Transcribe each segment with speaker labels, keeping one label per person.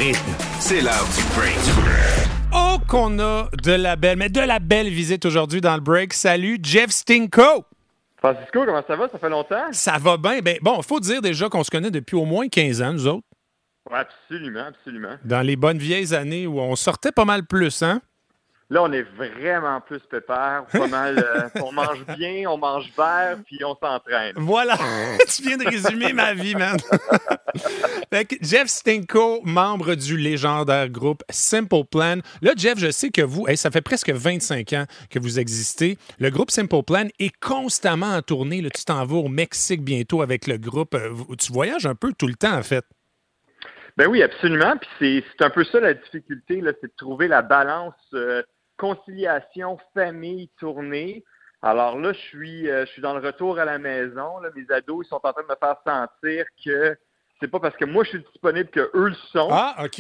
Speaker 1: rythme, c'est l'heure du break.
Speaker 2: Oh, qu'on a de la belle visite aujourd'hui dans le break. Salut, Jeff Stinko!
Speaker 3: Francisco, comment ça va? Ça fait longtemps?
Speaker 2: Ça va bien. Ben, bon, il faut dire déjà qu'on se connaît depuis au moins 15 ans, nous autres.
Speaker 3: Oui, absolument, absolument.
Speaker 2: Dans les bonnes vieilles années où on sortait pas mal plus, hein?
Speaker 3: Là, on est vraiment plus pépère, pas mal. On mange bien, on mange vert, puis on s'entraîne.
Speaker 2: Voilà! Tu viens de résumer ma vie, man! Fait que Jeff Stinko, membre du légendaire groupe Simple Plan. Là, Jeff, je sais que vous, ça fait presque 25 ans que vous existez. Le groupe Simple Plan est constamment en tournée. Là, tu t'en vas au Mexique bientôt avec le groupe. Tu voyages un peu tout le temps, en fait.
Speaker 3: Ben oui, absolument. Puis c'est un peu ça la difficulté, là, c'est de trouver la balance conciliation, famille, tournée. Alors là, je suis dans le retour à la maison. Là, mes ados, ils sont en train de me faire sentir que c'est pas parce que moi je suis disponible que eux le sont.
Speaker 2: Ah, OK.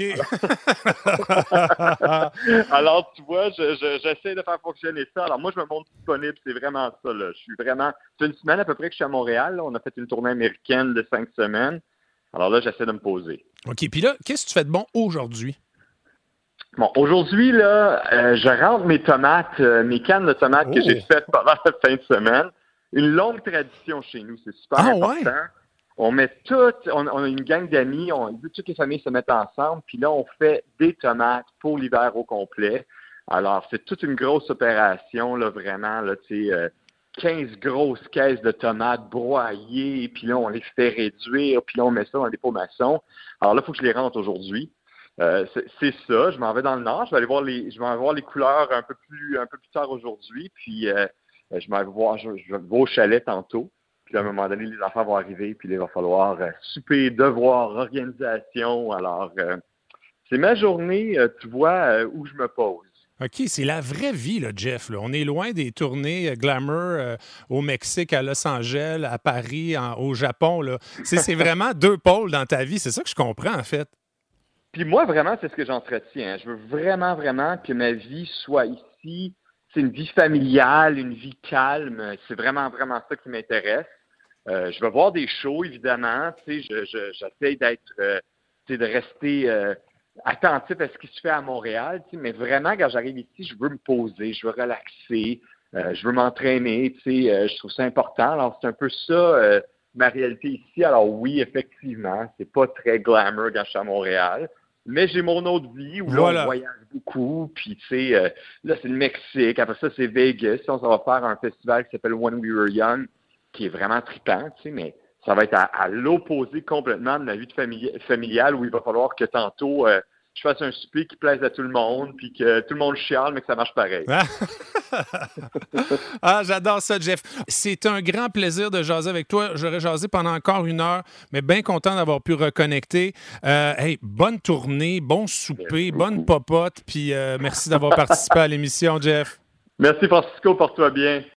Speaker 3: Alors, tu vois, j'essaie de faire fonctionner ça. Alors, moi, je me montre disponible. C'est vraiment ça, là. Je suis vraiment... C'est une semaine à peu près que je suis à Montréal. Là. On a fait une tournée américaine de 5 semaines. Alors là, j'essaie de me poser.
Speaker 2: OK. Puis là, qu'est-ce que tu fais de bon aujourd'hui?
Speaker 3: Bon, aujourd'hui, là, je rentre mes tomates, mes cannes de tomates que j'ai faites pendant la fin de semaine. Une longue tradition chez nous. C'est super important. Ouais. On met on a une gang d'amis, toutes les familles se mettent ensemble, puis là, on fait des tomates pour l'hiver au complet. Alors, c'est toute une grosse opération, là, vraiment, là, tu sais, 15 grosses caisses de tomates broyées, puis là, on les fait réduire, puis là, on met ça dans des pots maçons. Alors là, il faut que je les rentre aujourd'hui. C'est ça, je m'en vais dans le Nord, je vais aller voir les couleurs un peu plus tard aujourd'hui, puis je vais au chalet tantôt. Puis à un moment donné, les enfants vont arriver, puis là, il va falloir souper, devoir, organisation. Alors, c'est ma journée, tu vois, où je me pose.
Speaker 2: OK, c'est la vraie vie, là, Jeff. Là. On est loin des tournées glamour au Mexique, à Los Angeles, à Paris, au Japon. Là. C'est vraiment deux pôles dans ta vie. C'est ça que je comprends, en fait.
Speaker 3: Puis moi, vraiment, c'est ce que j'entretiens. Je veux vraiment, vraiment que ma vie soit ici. C'est une vie familiale, une vie calme. C'est vraiment, vraiment ça qui m'intéresse. Je vais voir des shows, évidemment. Tu sais, j'essaie de rester attentif à ce qui se fait à Montréal. Tu sais, mais vraiment, quand j'arrive ici, je veux me poser, je veux relaxer, je veux m'entraîner. Tu sais, je trouve ça important. Alors, c'est un peu ça, ma réalité ici. Alors oui, effectivement, c'est pas très glamour quand je suis à Montréal. Mais j'ai mon autre vie où là, on voyage beaucoup. Puis, tu sais, là, c'est le Mexique. Après ça, c'est Vegas. On va faire un festival qui s'appelle When We Were Young, qui est vraiment trippant, tu sais, mais ça va être à l'opposé complètement de la vie familiale où il va falloir que tantôt je fasse un souper qui plaise à tout le monde, puis que tout le monde chiale, mais que ça marche pareil.
Speaker 2: Ah, j'adore ça, Jeff. C'est un grand plaisir de jaser avec toi. J'aurais jasé pendant encore 1 heure, mais bien content d'avoir pu reconnecter. Hey, bonne tournée, bon souper, bonne popote, puis merci d'avoir participé à l'émission, Jeff.
Speaker 3: Merci, Francisco, porte-toi bien.